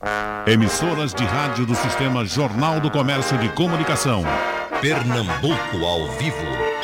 Emissoras de rádio do Sistema Jornal do Comércio de Comunicação. Pernambuco ao vivo.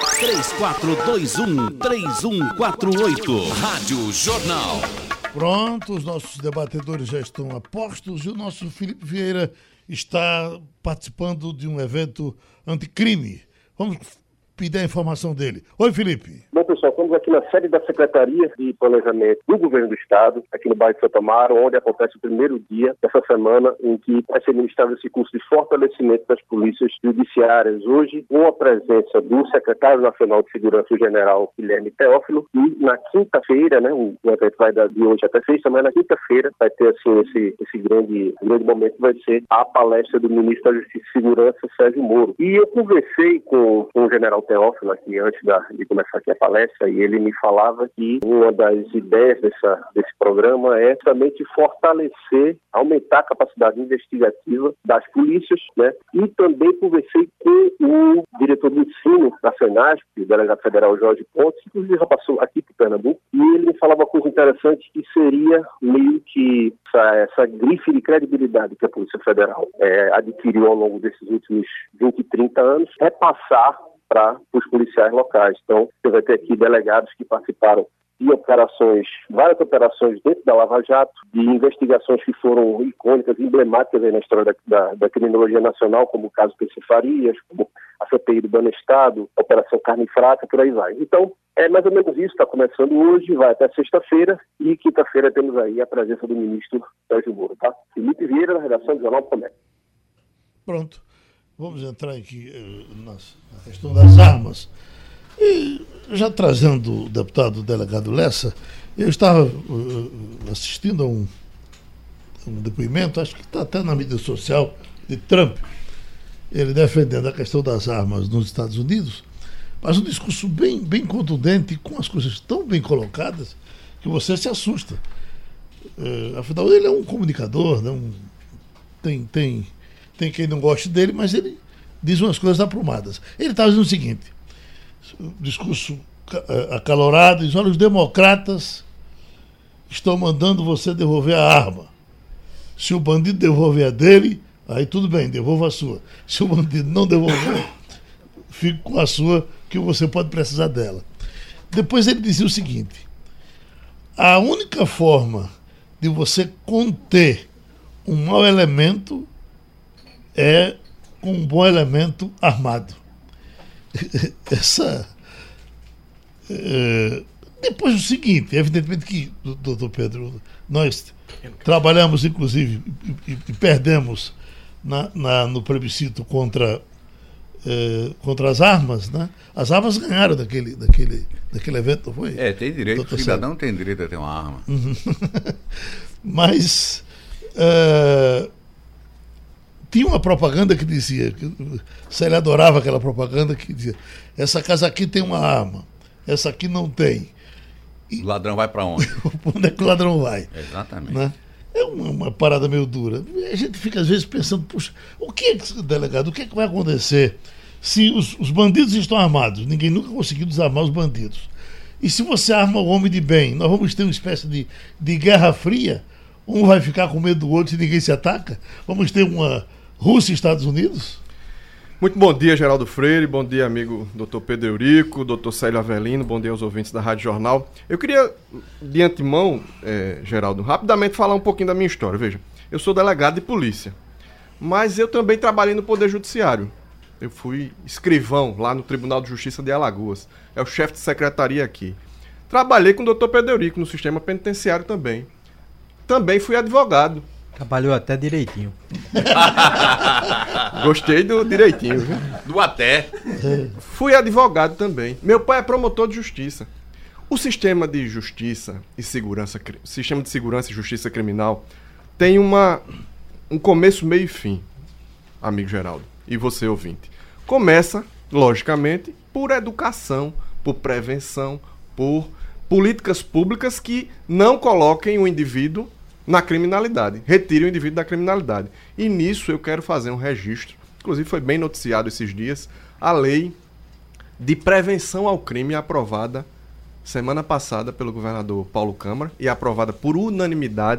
3421-3148. Rádio Jornal. Pronto, os nossos debatedores já estão a postos e o nosso Felipe Vieira está participando de um evento anticrime. Vamos pedir a informação dele. Oi, Felipe. Bom, pessoal, estamos aqui na sede da Secretaria de Planejamento do Governo do Estado, aqui no bairro de Santo Amaro, onde acontece o primeiro dia dessa semana em que vai ser ministrado esse curso de fortalecimento das polícias judiciárias. Hoje, com a presença do secretário nacional de Segurança, o general Guilherme Teófilo, e na quinta-feira, né, o evento vai de hoje até sexta, mas na quinta-feira vai ter assim, esse grande momento, vai ser a palestra do ministro da Justiça e Segurança, Sérgio Moro. E eu conversei com o general Teófilo aqui antes de começar aqui a palestra, e ele me falava que uma das ideias desse programa é justamente fortalecer, aumentar a capacidade investigativa das polícias, né? E também conversei com o diretor do ensino da FENASP, o delegado federal Jorge Pontes, que inclusive já passou aqui para Pernambuco, e ele me falava uma coisa interessante, que seria meio que essa grife de credibilidade que a Polícia Federal adquiriu ao longo desses últimos 20, 30 anos, repassar para os policiais locais. Então, você vai ter aqui delegados que participaram de várias operações dentro da Lava Jato, de investigações que foram icônicas, emblemáticas aí na história da criminologia nacional, como o caso PC Farias, como a CPI do Banestado, a Operação Carne Fraca, por aí vai. Então, é mais ou menos isso, está começando hoje, vai até sexta-feira, e quinta-feira temos aí a presença do ministro Sérgio Moro, tá? Felipe Vieira, na redação do Jornal do Comércio. Pronto. Vamos entrar aqui na questão das armas. E já trazendo o deputado delegado Lessa, eu estava assistindo a um depoimento, acho que está até na mídia social, de Trump, ele defendendo a questão das armas nos Estados Unidos, mas um discurso bem contundente, com as coisas tão bem colocadas, que você se assusta. Afinal, ele é um comunicador, né? Tem quem não goste dele, mas ele diz umas coisas aprumadas. Ele está dizendo o seguinte, discurso acalorado, diz: olha, os democratas estão mandando você devolver a arma. Se o bandido devolver a dele, aí tudo bem, devolva a sua. Se o bandido não devolver, fique com a sua, que você pode precisar dela. Depois ele dizia o seguinte: a única forma de você conter um mau elemento é com um bom elemento armado. Depois o seguinte, evidentemente que, doutor Pedro, nós trabalhamos inclusive e perdemos no plebiscito contra as armas, né? As armas ganharam daquele evento, não foi? Tem direito, o cidadão tem direito a ter uma arma. Mas tinha uma propaganda que dizia, ele adorava aquela propaganda que dizia: essa casa aqui tem uma arma, essa aqui não tem. O ladrão vai para onde? Onde é que o ladrão vai? Exatamente. Né? É uma parada meio dura. A gente fica às vezes pensando, puxa, delegado, o que é que vai acontecer se os bandidos estão armados? Ninguém nunca conseguiu desarmar os bandidos. E se você arma o homem de bem, nós vamos ter uma espécie de guerra fria? Um vai ficar com medo do outro e ninguém se ataca? Vamos ter uma Rússia e Estados Unidos? Muito bom dia, Geraldo Freire, bom dia, amigo Dr. Pedro Eurico, Dr. Célio Avelino, bom dia aos ouvintes da Rádio Jornal. Eu queria, de antemão, Geraldo, rapidamente falar um pouquinho da minha história. Veja, eu sou delegado de polícia, mas eu também trabalhei no Poder Judiciário. Eu fui escrivão lá no Tribunal de Justiça de Alagoas, é o chefe de secretaria aqui. Trabalhei com o Dr. Pedro Eurico no sistema penitenciário também. Também fui advogado. Trabalhou até direitinho. Gostei do direitinho, viu? Do até. Fui advogado também. Meu pai é promotor de justiça. O sistema de justiça e segurança, sistema de segurança e justiça criminal tem um começo, meio e fim, amigo Geraldo, e você ouvinte. Começa, logicamente, por educação, por prevenção, por políticas públicas que não coloquem o indivíduo na criminalidade, retirem o indivíduo da criminalidade. E nisso eu quero fazer um registro, inclusive foi bem noticiado esses dias, a lei de prevenção ao crime aprovada semana passada pelo governador Paulo Câmara e aprovada por unanimidade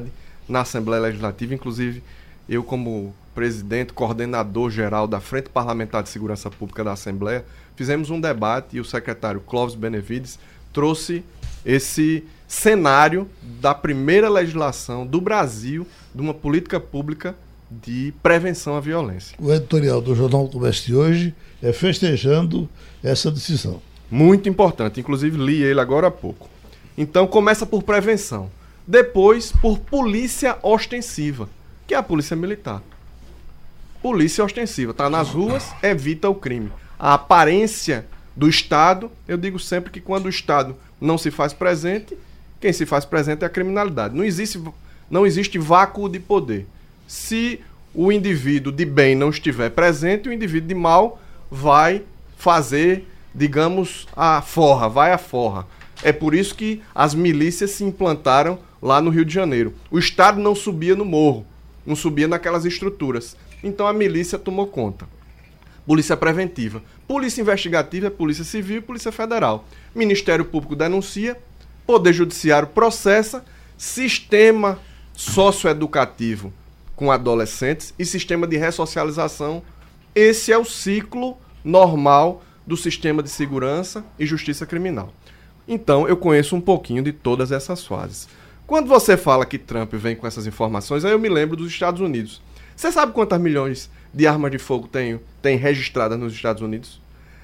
na Assembleia Legislativa, inclusive eu como presidente, coordenador geral da Frente Parlamentar de Segurança Pública da Assembleia, fizemos um debate e o secretário Clóvis Benevides trouxe esse cenário da primeira legislação do Brasil de uma política pública de prevenção à violência. O editorial do Jornal do Comércio de hoje é festejando essa decisão. Muito importante, inclusive li ele agora há pouco. Então começa por prevenção, depois por polícia ostensiva, que é a polícia militar. Polícia ostensiva, está nas ruas, evita o crime. A aparência do Estado, eu digo sempre que quando o Estado não se faz presente, quem se faz presente é a criminalidade. Não existe vácuo de poder. Se o indivíduo de bem não estiver presente, o indivíduo de mal vai fazer, digamos, a forra. É por isso que as milícias se implantaram lá no Rio de Janeiro. O Estado não subia no morro, não subia naquelas estruturas. Então a milícia tomou conta. Polícia preventiva. Polícia investigativa é Polícia Civil e Polícia Federal. Ministério Público denuncia, Poder Judiciário processa, sistema socioeducativo com adolescentes e sistema de ressocialização. Esse é o ciclo normal do sistema de segurança e justiça criminal. Então, eu conheço um pouquinho de todas essas fases. Quando você fala que Trump vem com essas informações, aí eu me lembro dos Estados Unidos. Você sabe quantas milhões de armas de fogo tem registradas nos Estados Unidos?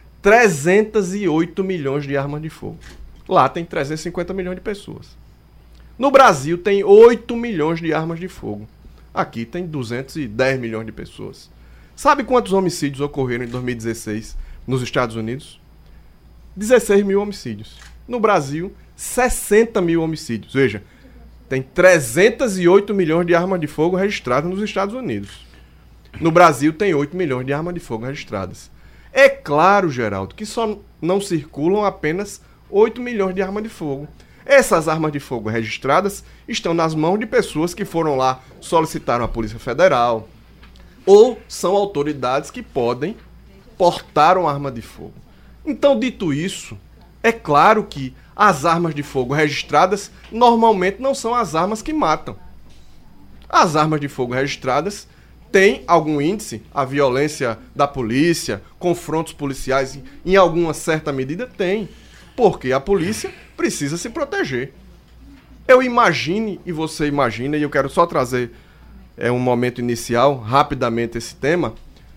308 milhões de armas de fogo. Lá tem 350 milhões de pessoas. No Brasil tem 8 milhões de armas de fogo. Aqui tem 210 milhões de pessoas. Sabe quantos homicídios ocorreram em 2016 nos Estados Unidos? 16 mil homicídios. No Brasil, 60 mil homicídios. Veja, tem 308 milhões de armas de fogo registradas nos Estados Unidos. No Brasil, tem 8 milhões de armas de fogo registradas. É claro, Geraldo, que só não circulam apenas 8 milhões de armas de fogo. Essas armas de fogo registradas estão nas mãos de pessoas que foram lá, solicitaram a Polícia Federal, ou são autoridades que podem portar uma arma de fogo. Então, dito isso, é claro que as armas de fogo registradas normalmente não são as armas que matam. As armas de fogo registradas têm algum índice, a violência da polícia, confrontos policiais, em alguma certa medida tem, porque a polícia precisa se proteger. Eu imagine, e você imagina, e eu quero só trazer um momento inicial, rapidamente esse tema,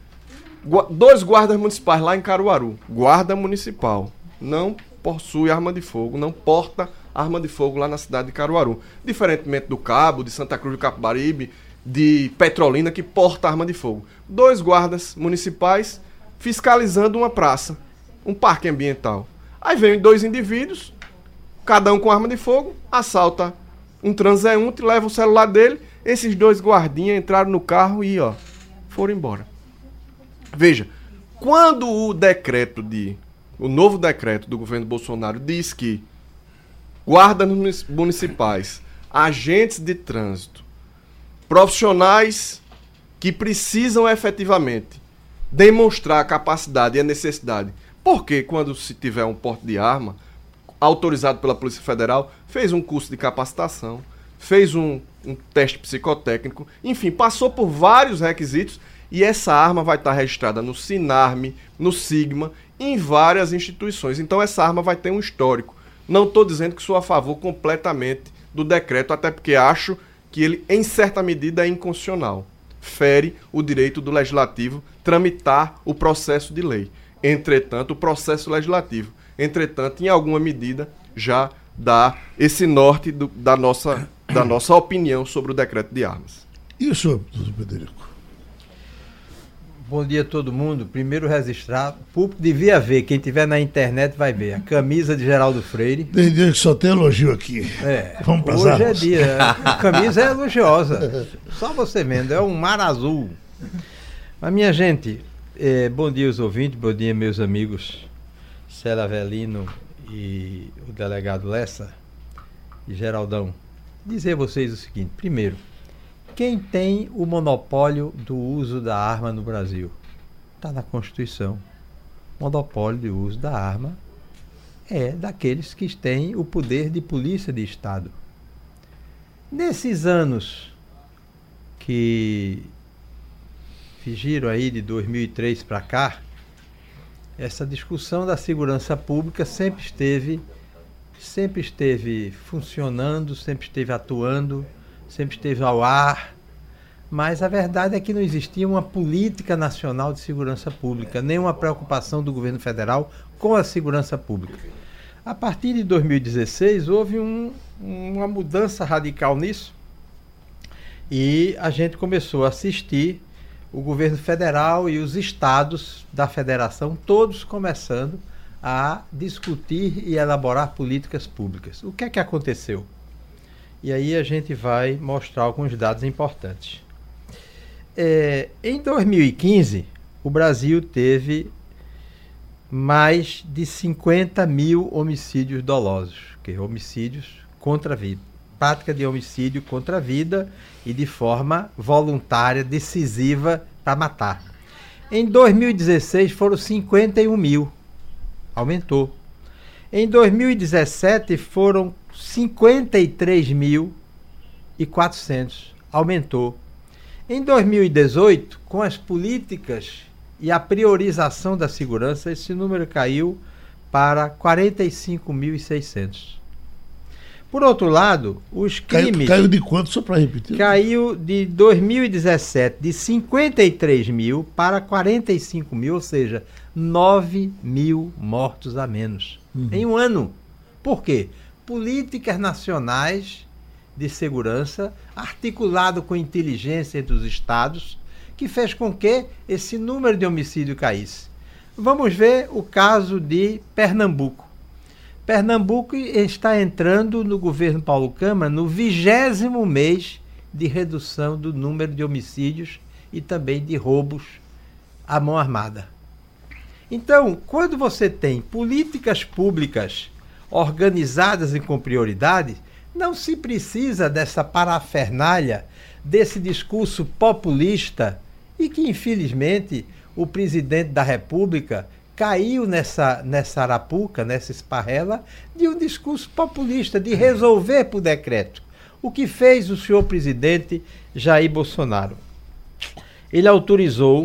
2 guardas municipais lá em Caruaru, guarda municipal, não possui arma de fogo, não porta arma de fogo lá na cidade de Caruaru. Diferentemente do Cabo, de Santa Cruz do Capibaribe, de Petrolina, que porta arma de fogo. 2 guardas municipais fiscalizando uma praça, um parque ambiental. Aí vem 2 indivíduos, cada um com arma de fogo, assalta um transeunte, leva o celular dele, esses 2 guardinhas entraram no carro e foram embora. Veja, quando o novo decreto do governo Bolsonaro diz que guardas municipais, agentes de trânsito, profissionais que precisam efetivamente demonstrar a capacidade e a necessidade, porque quando se tiver um porte de arma, autorizado pela Polícia Federal, fez um curso de capacitação, fez um teste psicotécnico, enfim, passou por vários requisitos e essa arma vai estar registrada no Sinarme, no Sigma, em várias instituições. Então essa arma vai ter um histórico. Não estou dizendo que sou a favor completamente do decreto, até porque acho que ele, em certa medida, é inconstitucional. Fere o direito do legislativo tramitar o processo de lei. Entretanto, o processo legislativo, em alguma medida, já dá esse norte da nossa opinião sobre o decreto de armas. E o senhor, doutor Frederico? Bom dia a todo mundo. Primeiro registrar, o público devia ver, quem tiver na internet vai ver, a camisa de Geraldo Freire. Tem dia que só tem elogio aqui. Vamos para as hoje armas. É dia, a camisa é elogiosa. Só você vendo, é um mar azul. Mas minha gente, bom dia aos ouvintes, bom dia meus amigos Célia Avelino e o delegado Lessa e Geraldão. Dizer a vocês o seguinte: primeiro, quem tem o monopólio do uso da arma no Brasil? Está na Constituição. O monopólio do uso da arma é daqueles que têm o poder de polícia de Estado. Nesses anos que vigiram aí de 2003 para cá, essa discussão da segurança pública sempre esteve funcionando, sempre esteve atuando, sempre esteve ao ar, mas a verdade é que não existia uma política nacional de segurança pública, nem uma preocupação do governo federal com a segurança pública. A partir de 2016 houve uma mudança radical nisso e a gente começou a assistir o governo federal e os estados da federação, todos começando a discutir e elaborar políticas públicas. O que é que aconteceu? E aí a gente vai mostrar alguns dados importantes. Em 2015, o Brasil teve mais de 50 mil homicídios dolosos, que é homicídios contra a vida, prática de homicídio contra a vida e de forma voluntária, decisiva para matar. Em 2016 foram 51 mil, aumentou. Em 2017 foram 53.400, aumentou. Em 2018, com as políticas e a priorização da segurança, esse número caiu para 45.600. Por outro lado, os crimes... Caiu de quanto, só para repetir? Caiu de 2017 de 53 mil para 45 mil, ou seja, 9 mil mortos a menos em um ano. Por quê? Políticas nacionais de segurança, articulado com inteligência entre os estados, que fez com que esse número de homicídio caísse. Vamos ver o caso de Pernambuco. Pernambuco está entrando no governo Paulo Câmara no 20º mês de redução do número de homicídios e também de roubos à mão armada. Então, quando você tem políticas públicas organizadas e com prioridade, não se precisa dessa parafernália, desse discurso populista e que, infelizmente, o presidente da República caiu nessa arapuca, nessa esparrela, de um discurso populista, de resolver por decreto. O que fez o senhor presidente Jair Bolsonaro? Ele autorizou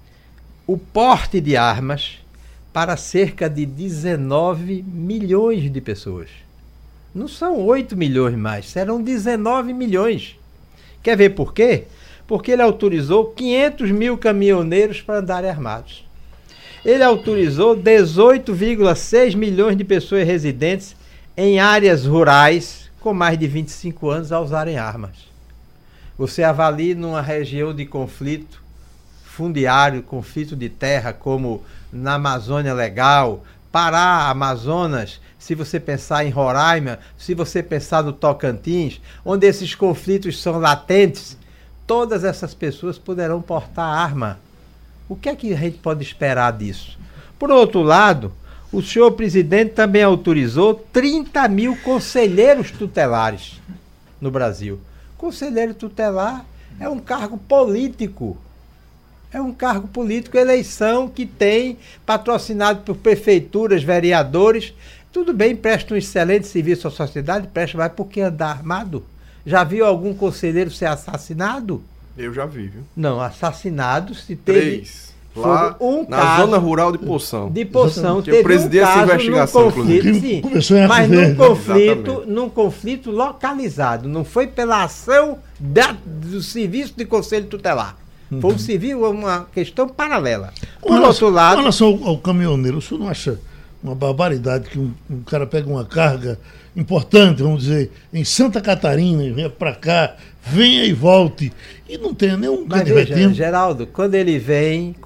o porte de armas para cerca de 19 milhões de pessoas. Não são 8 milhões mais, serão 19 milhões. Quer ver por quê? Porque ele autorizou 500 mil caminhoneiros para andarem armados. Ele autorizou 18,6 milhões de pessoas residentes em áreas rurais com mais de 25 anos a usarem armas. Você avalia numa região de conflito fundiário, conflito de terra, como na Amazônia Legal, Pará, Amazonas, se você pensar em Roraima, se você pensar no Tocantins, onde esses conflitos são latentes, todas essas pessoas poderão portar arma. O que é que a gente pode esperar disso? Por outro lado, o senhor presidente também autorizou 30 mil conselheiros tutelares no Brasil. Conselheiro tutelar é um cargo político. É um cargo político, eleição que tem, patrocinado por prefeituras, vereadores. Tudo bem, presta um excelente serviço à sociedade, presta, mas por que andar armado? Já viu algum conselheiro ser assassinado? Eu já vi, viu? Não, assassinado se teve... 3. Lá na caso, zona rural de Poção. De Poção, que teve um caso investigação, num conflito, sim, mas num conflito localizado. Não foi pela ação do serviço de conselho tutelar. Foi um civil, uma questão paralela. Por outro lado... Com relação ao caminhoneiro, o senhor não acha uma barbaridade que um cara pega uma carga importante, vamos dizer, em Santa Catarina, e venha para cá, venha e volte, e não tenha nenhum candidatinho? Geraldo, quando ele vem,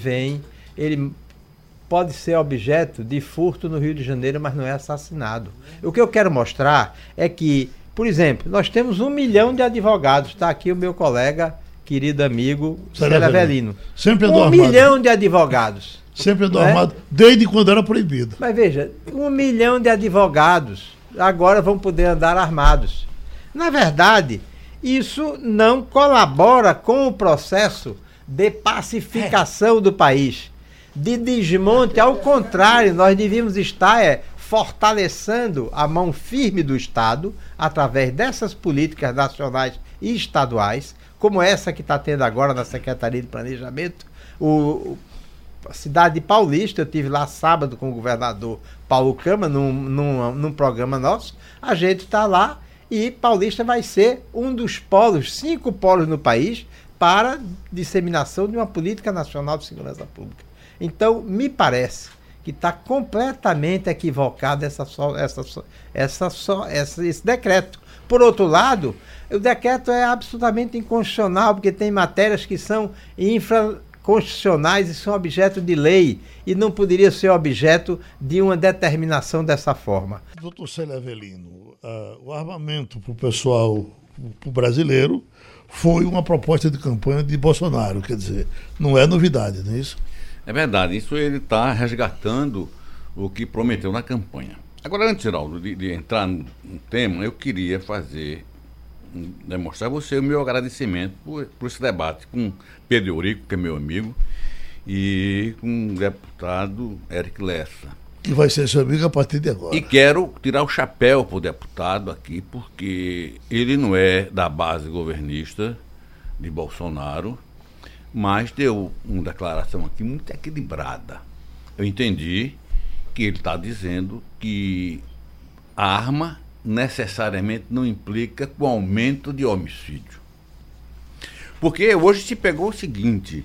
ele pode ser objeto de furto no Rio de Janeiro, mas não é assassinado. O que eu quero mostrar é que, por exemplo, nós temos 1 milhão de advogados, está aqui o meu colega, querido amigo, Seravelino. Sempre andou 1 armado. milhão de advogados. Sempre andou armado, desde quando era proibido. Mas veja, 1 milhão de advogados agora vão poder andar armados. Na verdade, isso não colabora com o processo de pacificação do país, de desmonte. Ao contrário, nós devíamos estar fortalecendo a mão firme do Estado através dessas políticas nacionais e estaduais, como essa que está tendo agora na Secretaria de Planejamento. A cidade de Paulista, eu estive lá sábado com o governador Paulo Câmara num programa nosso. A gente está lá e Paulista vai ser um dos polos, 5 polos no país, para disseminação de uma política nacional de segurança pública. Então, me parece que está completamente equivocado esse decreto. Por outro lado, o decreto é absolutamente inconstitucional, porque tem matérias que são infraconstitucionais e são objeto de lei, e não poderia ser objeto de uma determinação dessa forma. Doutor Célio Avelino, o armamento para o pessoal, para o brasileiro, foi uma proposta de campanha de Bolsonaro, quer dizer, não é novidade, não é isso? É verdade, isso ele está resgatando o que prometeu na campanha. Agora, antes, Geraldo, de entrar no tema, eu queria demonstrar a você o meu agradecimento por esse debate com Pedro Eurico, que é meu amigo, e com o deputado Eric Lessa. Que vai ser seu amigo a partir de agora. E quero tirar o chapéu para o deputado aqui, porque ele não é da base governista de Bolsonaro, mas deu uma declaração aqui muito equilibrada. Eu entendi que ele está dizendo que a arma necessariamente não implica com aumento de homicídio. Porque hoje se pegou o seguinte,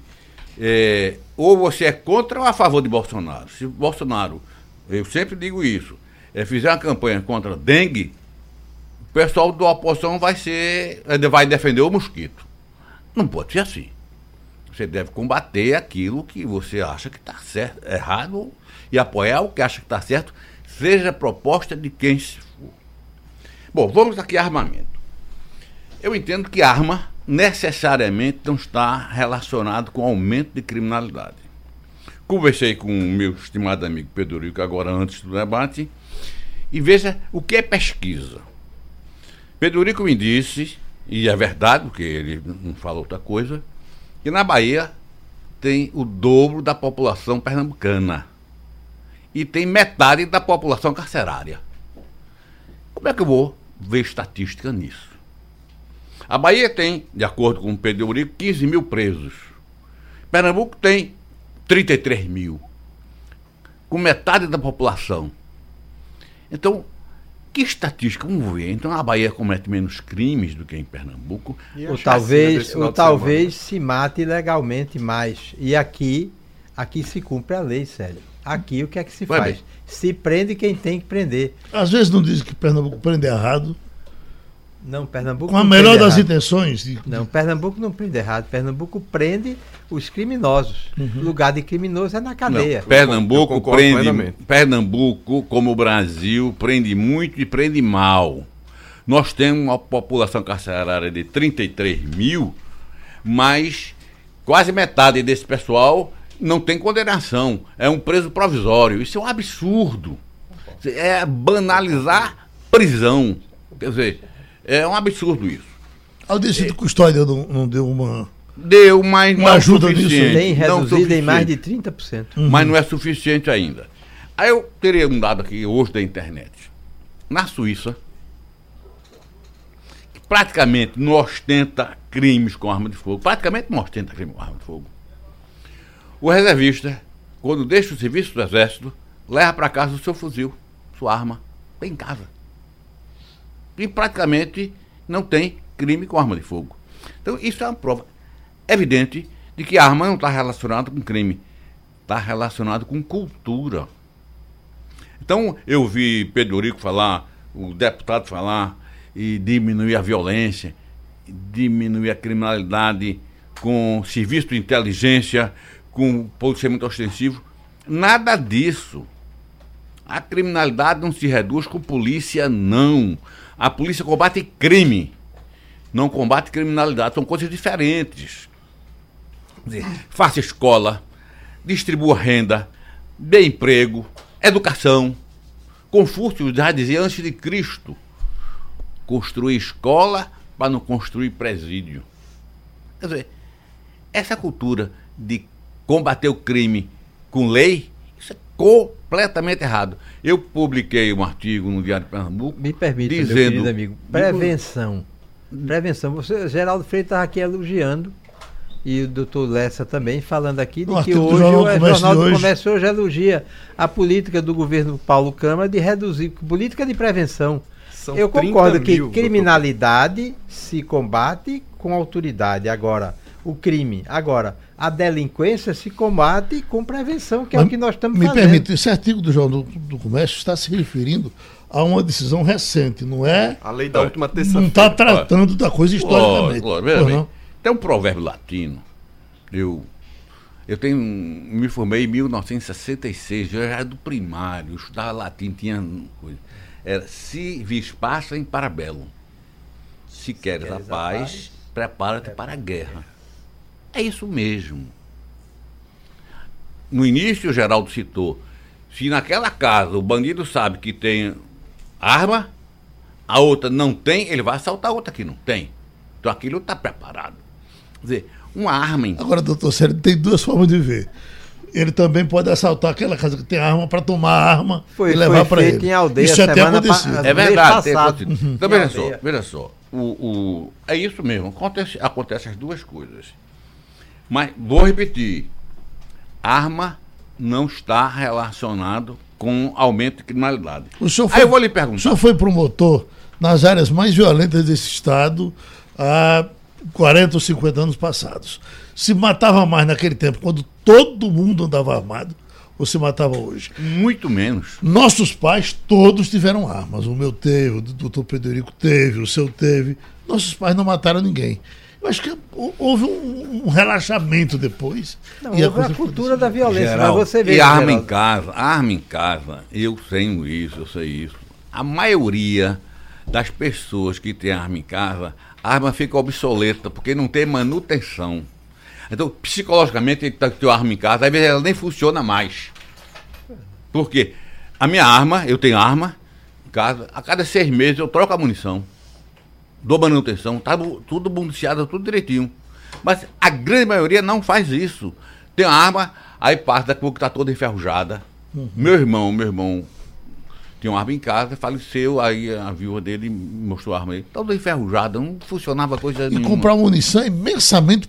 ou você é contra ou a favor de Bolsonaro. Se Bolsonaro, eu sempre digo isso, fizer uma campanha contra a dengue, o pessoal da oposição vai defender o mosquito. Não pode ser assim. Você deve combater aquilo que você acha que está certo, errado, e apoiar o que acha que está certo, seja a proposta de quem se for. Bom, vamos aqui a armamento. Eu entendo que arma necessariamente não está relacionado com aumento de criminalidade. Conversei com o meu estimado amigo Pedro Eurico agora antes do debate, e veja o que é pesquisa. Pedro Eurico me disse, e é verdade, porque ele não fala outra coisa, que na Bahia tem o dobro da população pernambucana e tem metade da população carcerária. Como é que eu vou ver estatística nisso? A Bahia tem, de acordo com o Pedro Eurico, 15 mil presos. Pernambuco tem 33 mil, com metade da população. Então, que estatística? Vamos ver. Então a Bahia comete menos crimes do que em Pernambuco. Ou talvez se mate ilegalmente mais. E aqui se cumpre a lei, Célio. Aqui o que é que se faz? Bem. Se prende quem tem que prender. Às vezes não dizem que Pernambuco prende errado. Não, Pernambuco com a melhor das intenções. Não, Pernambuco não prende errado. Pernambuco prende os criminosos. O lugar de criminoso é na cadeia. Não, Pernambuco, como o Brasil, prende muito e prende mal. Nós temos uma população carcerária de 33 mil, mas quase metade desse pessoal não tem condenação. É um preso provisório. Isso é um absurdo. É banalizar prisão. Quer dizer, é um absurdo isso. A audiência de custódia não deu uma... Deu, mas uma ajuda nisso. Tem reduzido em mais de 30%. Mas não é suficiente ainda. Aí eu teria um dado aqui hoje da internet. Na Suíça, que praticamente não ostenta crimes com arma de fogo. Praticamente não ostenta crime com arma de fogo. O reservista, quando deixa o serviço do exército, leva para casa o seu fuzil, sua arma, bem em casa. E praticamente não tem crime com arma de fogo. Então isso é uma prova evidente de que a arma não está relacionada com crime, está relacionada com cultura. Então eu vi Pedro Eurico falar, o deputado falar, e diminuir a violência, diminuir a criminalidade com serviço de inteligência, com policiamento ostensivo. Nada disso. A criminalidade não se reduz com polícia, não. A polícia combate crime, não combate criminalidade. São coisas diferentes. Quer dizer, faça escola, distribua renda, dê emprego, educação. Confúcio já dizia antes de Cristo: construir escola para não construir presídio. Quer dizer, essa cultura de combater o crime com lei, isso é completamente errado. Eu publiquei um artigo no Diário de Pernambuco. Me permita, dizendo, meu querido amigo, prevenção. Prevenção. Geraldo Freire estava aqui elogiando, e o doutor Lessa também, falando aqui de que hoje o Jornal do Comércio hoje elogia a política do governo Paulo Câmara de reduzir, política de prevenção. Eu concordo que criminalidade se combate com autoridade. Agora, o crime. Agora, a delinquência se combate com prevenção, que é o que nós estamos fazendo. Me permite, esse artigo do Jornal do Comércio está se referindo a uma decisão recente, não é? A lei da última terça-feira. Não está tratando da coisa historicamente. Claro, tem um provérbio latino. Eu me formei em 1966, eu era do primário, eu estudava latim, tinha coisa. Era si vis pacem para bellum. Se queres a paz, prepara-te para a guerra. É isso mesmo. No início, o Geraldo citou, se naquela casa o bandido sabe que tem arma, a outra não tem, ele vai assaltar a outra que não tem. Então aquilo está preparado. Quer dizer, uma arma... Agora, doutor Célio, tem duas formas de ver. Ele também pode assaltar aquela casa que tem arma para tomar a arma e levar para ele. Em aldeia, isso até acontecido. É verdade. Então, veja só. É isso mesmo. Acontece as duas coisas. Mas, vou repetir. Arma não está relacionado com aumento de criminalidade. Eu vou lhe perguntar. O senhor foi promotor nas áreas mais violentas desse estado há 40 ou 50 anos passados. Se matava mais naquele tempo, quando todo mundo andava armado, ou se matava hoje? Muito menos. Nossos pais todos tiveram armas. O meu teve, o doutor Pederico teve, o seu teve. Nossos pais não mataram ninguém. Eu acho que houve um relaxamento depois. Não, houve a cultura da violência. Geral, mas você vê, e arma em casa, eu tenho isso, eu sei isso. A maioria das pessoas que tem arma em casa, a arma fica obsoleta, porque não tem manutenção. Então, psicologicamente, ele tem arma em casa, às vezes ela nem funciona mais. Por quê? A minha arma, eu tenho arma em casa, a cada 6 meses eu troco a munição, dou manutenção, tá tudo municiado, tudo direitinho. Mas a grande maioria não faz isso. Tem uma arma, aí passa, daqui a pouco está toda enferrujada. Meu irmão tinha uma arma em casa, faleceu, aí a viúva dele mostrou a arma aí. Toda enferrujada, não funcionava coisa nenhuma. E comprar munição é imensamente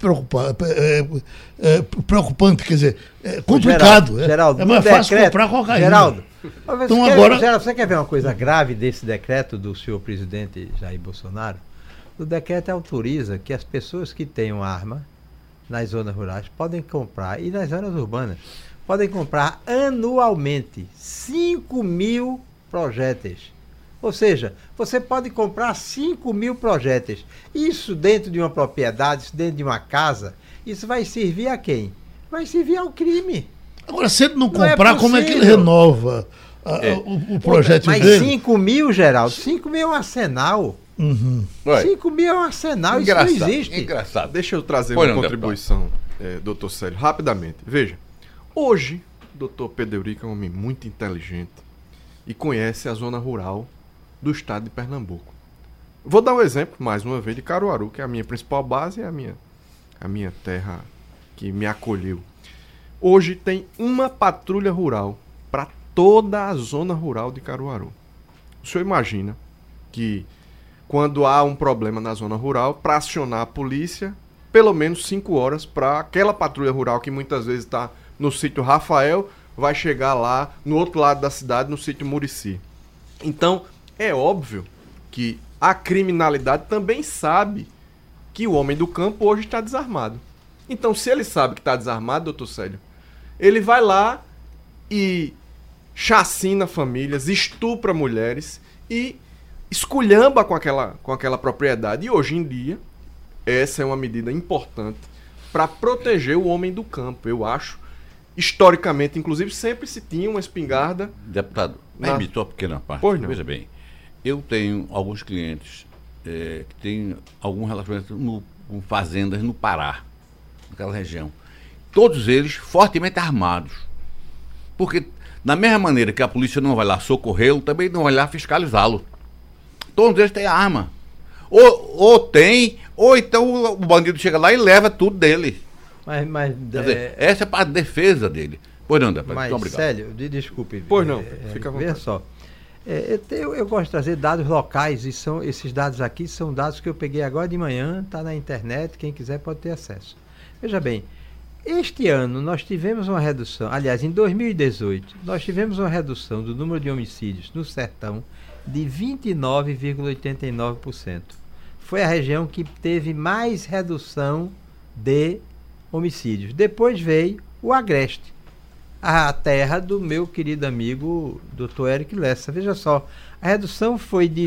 preocupante, quer dizer, é complicado. Geraldo, é mais fácil comprar cocaína. Geraldo, então agora... Geraldo, você quer ver uma coisa grave desse decreto do senhor presidente Jair Bolsonaro? O decreto autoriza que as pessoas que tenham arma nas zonas rurais podem comprar, e nas zonas urbanas, podem comprar anualmente 5.000 projéteis. Ou seja, você pode comprar 5.000 projéteis. Isso dentro de uma propriedade, isso dentro de uma casa, isso vai servir a quem? Vai servir ao crime. Agora, se ele não comprar, como é que ele renova o projeto dele? Mas 5.000, Geraldo, 5.000 é um arsenal. 5.000 é um arsenal, isso não existe. Engraçado. Deixa eu trazer uma contribuição, doutor Célio, rapidamente. Veja, hoje, doutor Pederico é um homem muito inteligente e conhece a zona rural do estado de Pernambuco. Vou dar um exemplo, mais uma vez, de Caruaru, que é a minha principal base e a minha terra que me acolheu. Hoje tem uma patrulha rural para toda a zona rural de Caruaru. O senhor imagina que quando há um problema na zona rural, para acionar a polícia, pelo menos 5 horas para aquela patrulha rural que muitas vezes está no sítio Rafael, vai chegar lá no outro lado da cidade, no sítio Murici. Então, é óbvio que a criminalidade também sabe que o homem do campo hoje está desarmado. Então, se ele sabe que está desarmado, doutor Célio, ele vai lá e chacina famílias, estupra mulheres e esculhamba com aquela propriedade. E hoje em dia, essa é uma medida importante para proteger o homem do campo, eu acho. Historicamente, inclusive, sempre se tinha uma espingarda. Deputado, permitou uma pequena parte. Pois não. Veja bem, eu tenho alguns clientes que têm algum relacionamento com fazendas no Pará, naquela região. Todos eles fortemente armados. Porque, da mesma maneira que a polícia não vai lá socorrê-lo, também não vai lá fiscalizá-lo. Todos eles têm arma. Ou tem, ou então o bandido chega lá e leva tudo dele. Quer dizer, essa é para a defesa dele. Pois não, deputado. Mas, obrigado. Célio, desculpe. Pois não, fica à vontade. Veja só. Eu gosto de trazer dados locais, e esses dados aqui são dados que eu peguei agora de manhã, está na internet, quem quiser pode ter acesso. Veja bem, este ano nós tivemos uma redução, aliás, em 2018, nós tivemos uma redução do número de homicídios no sertão de 29,89%. Foi a região que teve mais redução de homicídios. Depois veio o Agreste, a terra do meu querido amigo Dr. Eric Lessa. Veja só, a redução foi de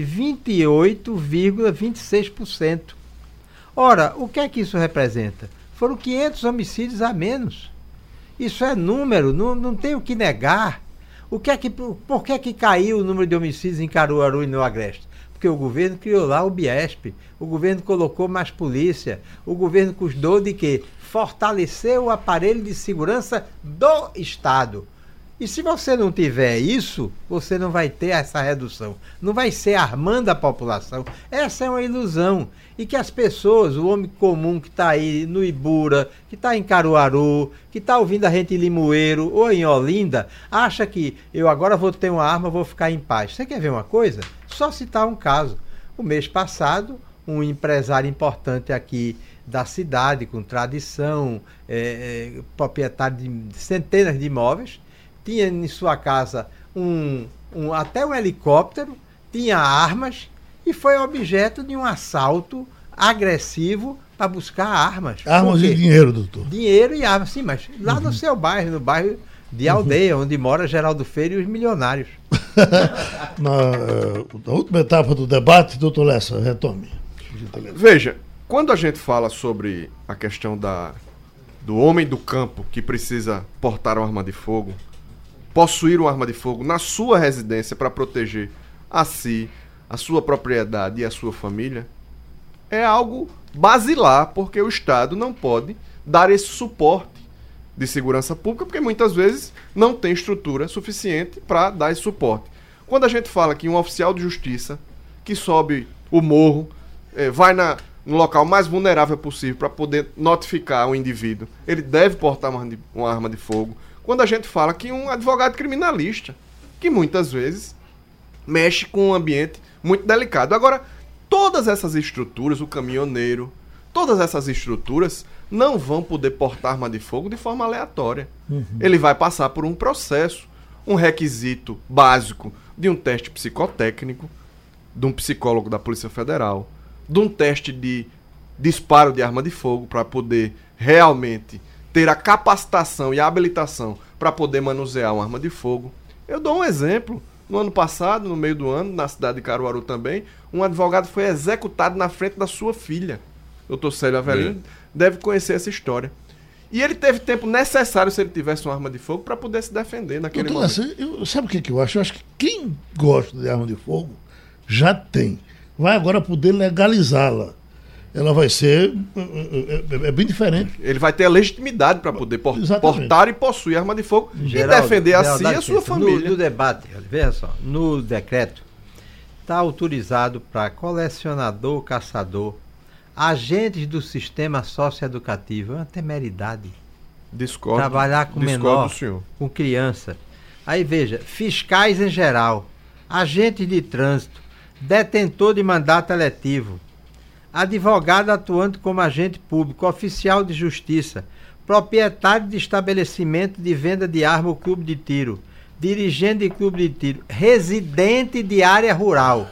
28,26%. Ora, o que é que isso representa? Foram 500 homicídios a menos. Isso é número, não tem o que negar. Por que é que caiu o número de homicídios em Caruaru e no Agreste? Porque o governo criou lá o Biesp, o governo colocou mais polícia, o governo cuidou de quê? Fortalecer o aparelho de segurança do Estado. E se você não tiver isso, você não vai ter essa redução. Não vai ser armando a população. Essa é uma ilusão. E que as pessoas, o homem comum que está aí no Ibura, que está em Caruaru, que está ouvindo a gente em Limoeiro ou em Olinda, acha que eu agora vou ter uma arma, vou ficar em paz. Você quer ver uma coisa? Só citar um caso. O mês passado, um empresário importante aqui da cidade, com tradição, proprietário de centenas de imóveis, tinha em sua casa até um helicóptero, tinha armas e foi objeto de um assalto agressivo para buscar armas. Armas e dinheiro, doutor. Dinheiro e armas, sim, mas lá no seu bairro, no bairro de Aldeia, onde mora Geraldo Freire e os milionários. Na última etapa do debate, doutor Lessa, retome. Veja, quando a gente fala sobre a questão do homem do campo que precisa portar uma arma de fogo, possuir uma arma de fogo na sua residência para proteger a si, a sua propriedade e a sua família, é algo basilar, porque o Estado não pode dar esse suporte de segurança pública, porque muitas vezes não tem estrutura suficiente para dar esse suporte. Quando a gente fala que um oficial de justiça que sobe o morro, vai no local mais vulnerável possível para poder notificar o indivíduo, ele deve portar uma arma de fogo. Quando a gente fala que um advogado criminalista, que muitas vezes mexe com um ambiente muito delicado. Agora, todas essas estruturas, o caminhoneiro, todas essas estruturas não vão poder portar arma de fogo de forma aleatória. Ele vai passar por um processo, um requisito básico de um teste psicotécnico, de um psicólogo da Polícia Federal, de um teste de disparo de arma de fogo para poder realmente ter a capacitação e a habilitação para poder manusear uma arma de fogo. Eu dou um exemplo. No ano passado, no meio do ano, na cidade de Caruaru também, um advogado foi executado na frente da sua filha. Doutor Célio Avelino deve conhecer essa história. E ele teve tempo necessário, se ele tivesse uma arma de fogo, para poder se defender naquele momento. Sabe o que eu acho? Eu acho que quem gosta de arma de fogo já tem. Vai agora poder legalizá-la. Ela vai ser bem diferente. Ele vai ter a legitimidade para poder portar e possuir arma de fogo e defender a si e a sua família. No debate, veja só, no decreto, está autorizado para colecionador, caçador, agentes do sistema socioeducativo. É uma temeridade. Discordo. Trabalhar com menor, com criança. Aí veja, fiscais em geral, agentes de trânsito, detentor de mandato eletivo, advogado atuante como agente público, oficial de justiça, proprietário de estabelecimento de venda de arma ou clube de tiro, dirigente de clube de tiro, residente de área rural,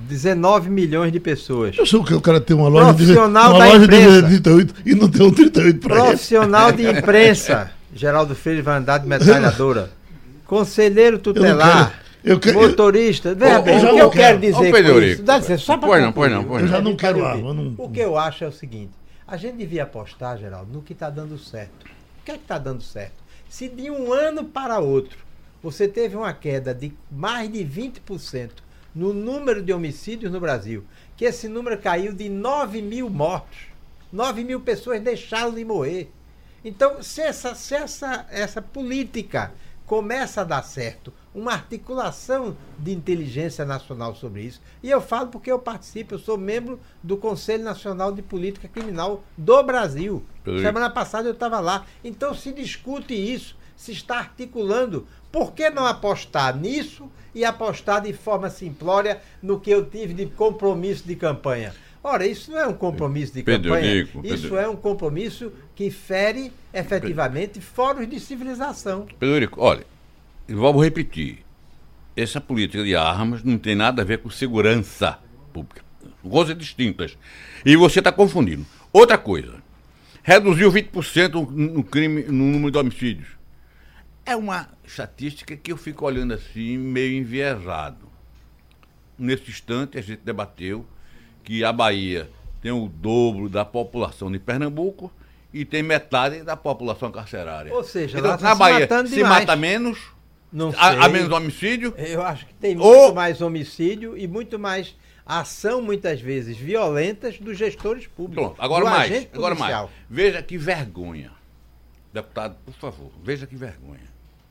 19 milhões de pessoas. Eu sei que o cara tem uma loja profissional de 38 e não tem um 38 para ele. Profissional de imprensa, Geraldo Freire vai andar de metralhadora, conselheiro tutelar, motorista. Veja bem, o que eu quero dizer com isso? Dá licença, só para eu já não quero arma. O que eu acho é o seguinte: a gente devia apostar, Geraldo, no que está dando certo. O que é que está dando certo? Se de um ano para outro você teve uma queda de mais de 20% no número de homicídios no Brasil, que esse número caiu de 9 mil mortos, 9 mil pessoas deixaram de morrer. Então, se essa política começa a dar certo, uma articulação de inteligência nacional sobre isso. E eu falo porque eu participo, eu sou membro do Conselho Nacional de Política Criminal do Brasil. Semana passada eu estava lá. Então se discute isso, se está articulando. Por que não apostar nisso e apostar de forma simplória no que eu tive de compromisso de campanha? Ora, isso não é um compromisso de campanha, isso é um compromisso que fere efetivamente fóruns de civilização. Pedro, olha, vamos repetir, essa política de armas não tem nada a ver com segurança pública, coisas distintas, e você está confundindo. Outra coisa, reduziu 20% no crime, no número de homicídios, é uma estatística que eu fico olhando assim, meio enviesado. Nesse instante a gente debateu que a Bahia tem o dobro da população de Pernambuco e tem metade da população carcerária. Ou seja, então, lá na Bahia se mata menos, menos, há menos homicídio. Eu acho que tem muito mais homicídio e muito mais ação, muitas vezes, violentas dos gestores públicos. Pronto, agora mais. Veja que vergonha. Deputado, por favor, veja que vergonha.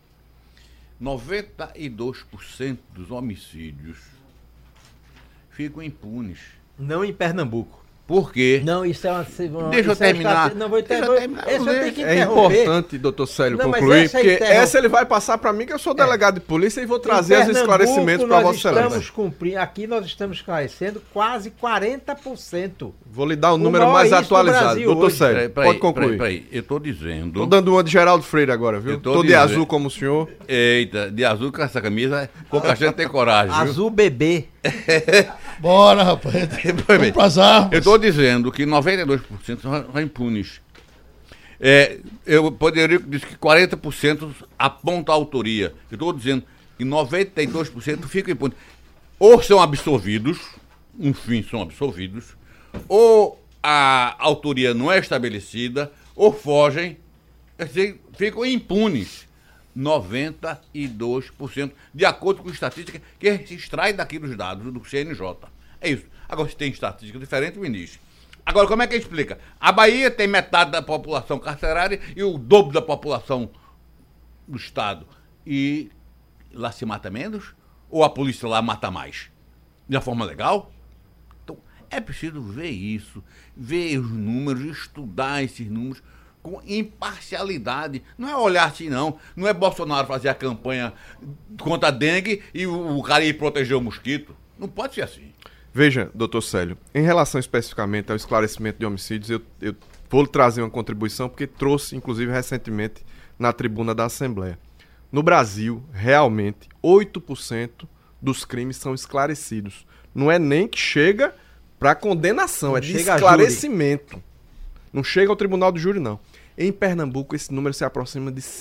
92% dos homicídios ficam impunes. Não em Pernambuco. Por quê? Não, isso é uma... Deixa eu terminar. Não vou terminar. É importante, doutor Célio, concluir, porque essa ele vai passar para mim, que eu sou delegado de polícia, e vou trazer os esclarecimentos para Vossa Excelência. Aqui nós estamos esclarecendo quase 40%. Vou lhe dar o número mais atualizado. Doutor Célio, pode concluir. Peraí, eu estou dizendo... Estou dando uma de Geraldo Freire agora, viu? Estou de azul como o senhor. Eita, de azul com essa camisa, pouca gente tem coragem, viu? Azul bebê. Bora, rapaz. Vamos pras armas. Eu estou dizendo que 92% são impunes. Eu poderia dizer que 40% aponta a autoria. Eu estou dizendo que 92% ficam impunes. Ou são absolvidos, enfim, são absolvidos, ou a autoria não é estabelecida, ou fogem, ficam impunes. 92%, de acordo com a estatística que se extrai daqui dos dados do CNJ. É isso. Agora, se tem estatística diferente, me diz. Agora, como é que explica? A Bahia tem metade da população carcerária e o dobro da população do Estado. E lá se mata menos? Ou a polícia lá mata mais? De uma forma legal? Então, é preciso ver isso, ver os números, estudar esses números com imparcialidade. Não é olhar assim, não. Não é Bolsonaro fazer a campanha contra a dengue e o cara ir proteger o mosquito. Não pode ser assim. Veja, doutor Célio, em relação especificamente ao esclarecimento de homicídios, eu vou trazer uma contribuição, porque trouxe, inclusive, recentemente, na tribuna da Assembleia. No Brasil, realmente, 8% dos crimes são esclarecidos. Não é nem que chega para condenação, é de esclarecimento. Não chega ao tribunal do júri, não. Em Pernambuco, esse número se aproxima de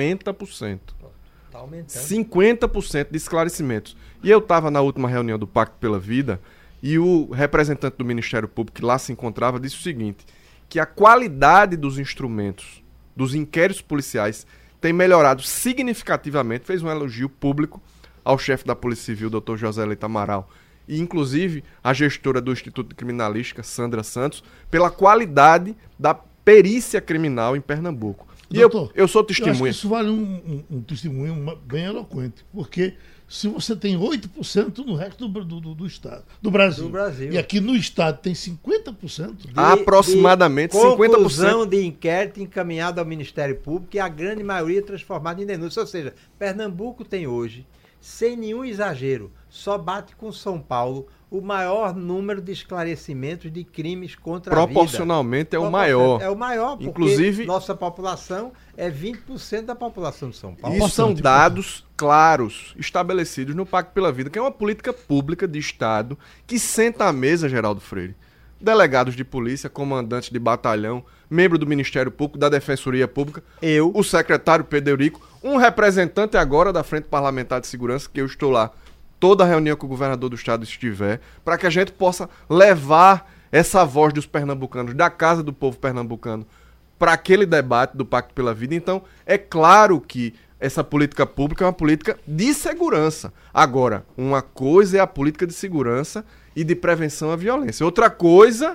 50%. Está aumentando. 50% de esclarecimentos. E eu estava na última reunião do Pacto pela Vida e o representante do Ministério Público que lá se encontrava disse o seguinte, que a qualidade dos instrumentos, dos inquéritos policiais, tem melhorado significativamente, fez um elogio público ao chefe da Polícia Civil, Dr. José Leite Amaral, e inclusive a gestora do Instituto de Criminalística, Sandra Santos, pela qualidade da perícia criminal em Pernambuco. Doutor, e eu sou testemunha. Eu acho que isso vale um testemunho bem eloquente, porque se você tem 8% no resto do Estado, do Brasil, e aqui no Estado tem 50%... aproximadamente 50%. Conclusão de inquérito encaminhado ao Ministério Público e a grande maioria transformada em denúncia. Ou seja, Pernambuco tem hoje, sem nenhum exagero, só bate com São Paulo o maior número de esclarecimentos de crimes contra a vida. Proporcionalmente é o maior. É o maior, porque inclusive, nossa população é 20% da população de São Paulo. Isso são dados claros, estabelecidos no Pacto pela Vida, que é uma política pública de Estado que senta à mesa, Geraldo Freire, delegados de polícia, comandantes de batalhão, membro do Ministério Público, da Defensoria Pública, o secretário Pedro Eurico, um representante agora da Frente Parlamentar de Segurança, que eu estou lá, toda reunião que o governador do estado estiver, para que a gente possa levar essa voz dos pernambucanos, da casa do povo pernambucano, para aquele debate do Pacto pela Vida. Então, é claro que essa política pública é uma política de segurança. Agora, uma coisa é a política de segurança e de prevenção à violência. Outra coisa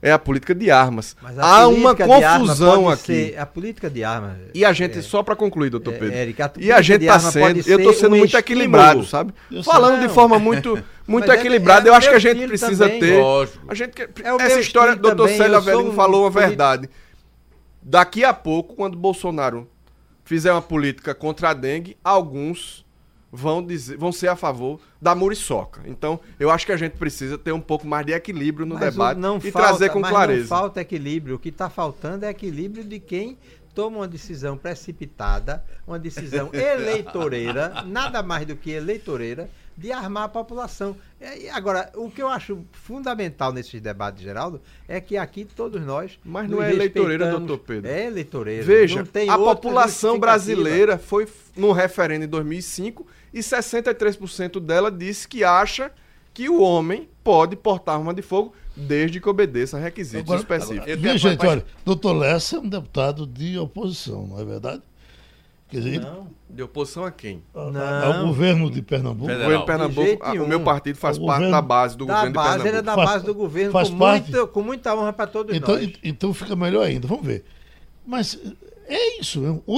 é a política de armas. Mas Há uma confusão aqui. A política de armas. E a gente, só para concluir, doutor Pedro, Érica, e a gente está sendo, eu estou sendo muito equilibrado, sabe? Falando de forma muito equilibrada, eu acho que a gente precisa ter. A gente, essa história, doutor Célio Avelino falou a verdade. Daqui a pouco, quando Bolsonaro fizer uma política contra a dengue, alguns vão ser a favor da muriçoca. Então, eu acho que a gente precisa ter um pouco mais de equilíbrio no debate e trazer com clareza. Não falta equilíbrio. O que está faltando é equilíbrio de quem toma uma decisão precipitada, uma decisão eleitoreira, nada mais do que eleitoreira, de armar a população. Agora, o que eu acho fundamental nesses debates, Geraldo, é que aqui todos nós... Mas não é eleitoreira, doutor Pedro. É eleitoreira. Veja, a população brasileira foi num referendo em 2005 e 63% dela disse que acha que o homem pode portar arma de fogo desde que obedeça a requisitos específicos. Minha gente, olha, doutor Lessa é um deputado de oposição, não é verdade? Quer dizer, não. De oposição a quem? Ao governo de Pernambuco. O governo de Pernambuco, o meu partido faz parte da base do governo de Pernambuco. Ele é da base do governo, com muita honra para todos nós. Então fica melhor ainda, vamos ver. Mas é isso,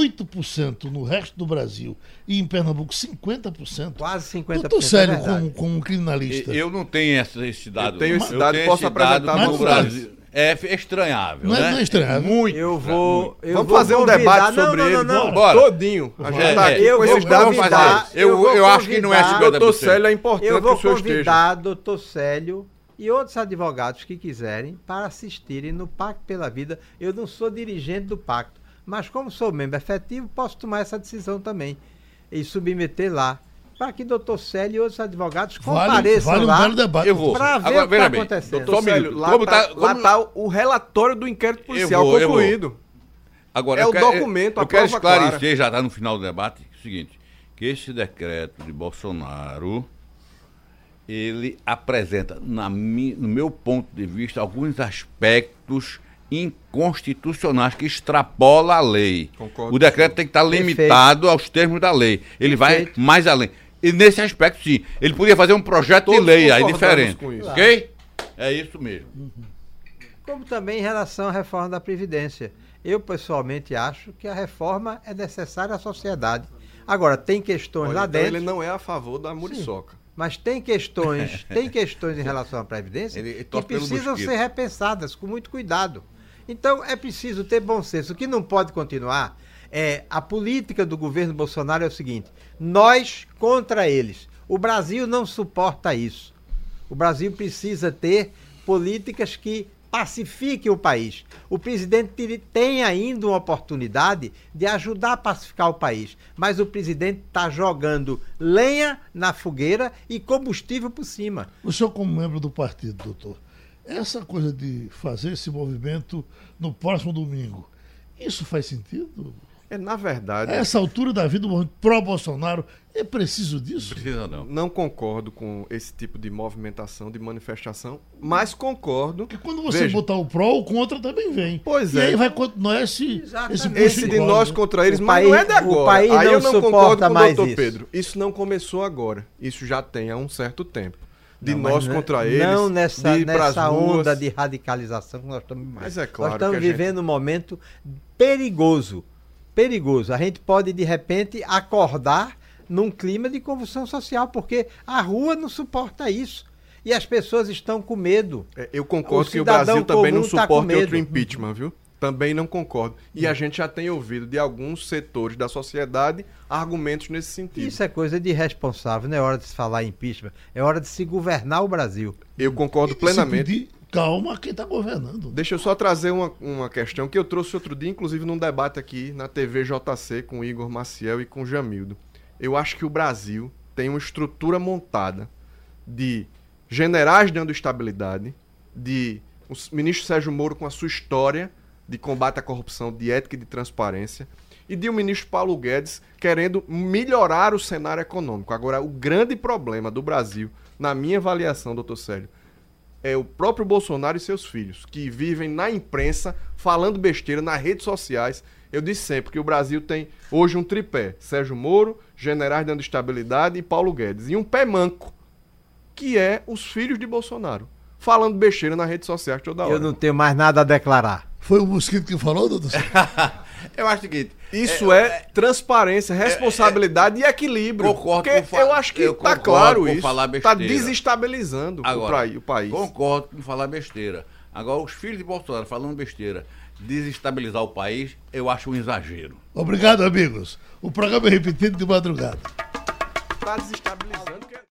8% no resto do Brasil e em Pernambuco 50%. Quase 50%. Doutor Célio, como criminalista. Eu não tenho esse dado. Eu tenho esse dado, posso apresentar no Brasil. É estranhável, né? Não é estranhável. Muito. Vamos fazer um debate sobre ele. Bora. Todinho. A gente tá aqui com esses dados. Eu acho que não é 50%. Doutor Célio, é importante que o senhor esteja. Eu vou convidar doutor Célio e outros advogados que quiserem para assistirem no Pacto pela Vida. Eu não sou dirigente do Pacto, mas como sou membro efetivo, posso tomar essa decisão também e submeter lá, para que doutor Célio e outros advogados compareçam lá. Debate. Eu vou. Para ver o que está acontecendo. Doutor Célio, lá está o relatório do inquérito policial concluído. Agora, o documento, eu quero esclarecer, já está no final do debate, o seguinte, que esse decreto de Bolsonaro, ele apresenta, no meu ponto de vista, alguns aspectos inconstitucionais que extrapola a lei. Concordo. O decreto tem que estar limitado aos termos da lei. Ele vai mais além. E nesse aspecto, sim. Ele podia fazer um projeto de lei aí diferente. Ok? É isso mesmo. Como também em relação à reforma da Previdência. Eu, pessoalmente, acho que a reforma é necessária à sociedade. Agora, tem questões lá dentro... Ele não é a favor da muriçoca. Sim. Mas tem questões em relação à Previdência que precisam ser repensadas com muito cuidado. Então, é preciso ter bom senso. O que não pode continuar a política do governo Bolsonaro é o seguinte: nós contra eles. O Brasil não suporta isso. O Brasil precisa ter políticas que pacifiquem o país. O presidente tem ainda uma oportunidade de ajudar a pacificar o país, mas o presidente está jogando lenha na fogueira e combustível por cima. O senhor, como membro do partido, doutor, essa coisa de fazer esse movimento no próximo domingo, isso faz sentido? Na verdade... A essa altura da vida, o movimento pró-Bolsonaro, é preciso disso? Precisa não. Não concordo com esse tipo de movimentação, de manifestação, mas concordo... Porque quando você botar o pró, o contra também vem. Pois e aí vai continuar esse de nós contra eles, mas não é de agora. O país aí eu não concordo com o doutor Pedro. Isso não começou agora. Isso já tem há um certo tempo. Nós contra eles. Não nessa onda de radicalização que nós estamos vivendo. Mas é claro, nós estamos vivendo um momento perigoso. A gente pode, de repente, acordar num clima de convulsão social, porque a rua não suporta isso. E as pessoas estão com medo. Eu concordo que o Brasil também não suporta outro impeachment, viu? Também não concordo. E a gente já tem ouvido de alguns setores da sociedade argumentos nesse sentido. Isso é coisa de irresponsável, não é hora de se falar em impeachment, é hora de se governar o Brasil. Eu concordo plenamente. Se pedir calma quem está governando. Deixa eu só trazer uma questão que eu trouxe outro dia, inclusive num debate aqui na TV JC com o Igor Maciel e com o Jamildo. Eu acho que o Brasil tem uma estrutura montada de generais dando estabilidade, de o ministro Sérgio Moro com a sua história de combate à corrupção, de ética e de transparência, e de o ministro Paulo Guedes querendo melhorar o cenário econômico. Agora, o grande problema do Brasil, na minha avaliação, doutor Célio, é o próprio Bolsonaro e seus filhos, que vivem na imprensa, falando besteira nas redes sociais. Eu disse sempre que o Brasil tem hoje um tripé: Sérgio Moro, generais dando estabilidade e Paulo Guedes. E um pé manco, que é os filhos de Bolsonaro, falando besteira nas redes sociais toda hora. Eu não tenho mais nada a declarar. Foi o Mosquito que falou, doutor? Eu acho o seguinte. Isso é transparência, responsabilidade e equilíbrio. Concordo porque eu acho que tá claro isso. Tá desestabilizando o país. Concordo com falar besteira. Agora, os filhos de Bolsonaro falando besteira, desestabilizar o país, eu acho um exagero. Obrigado, amigos. O programa é repetido de madrugada. Tá desestabilizando.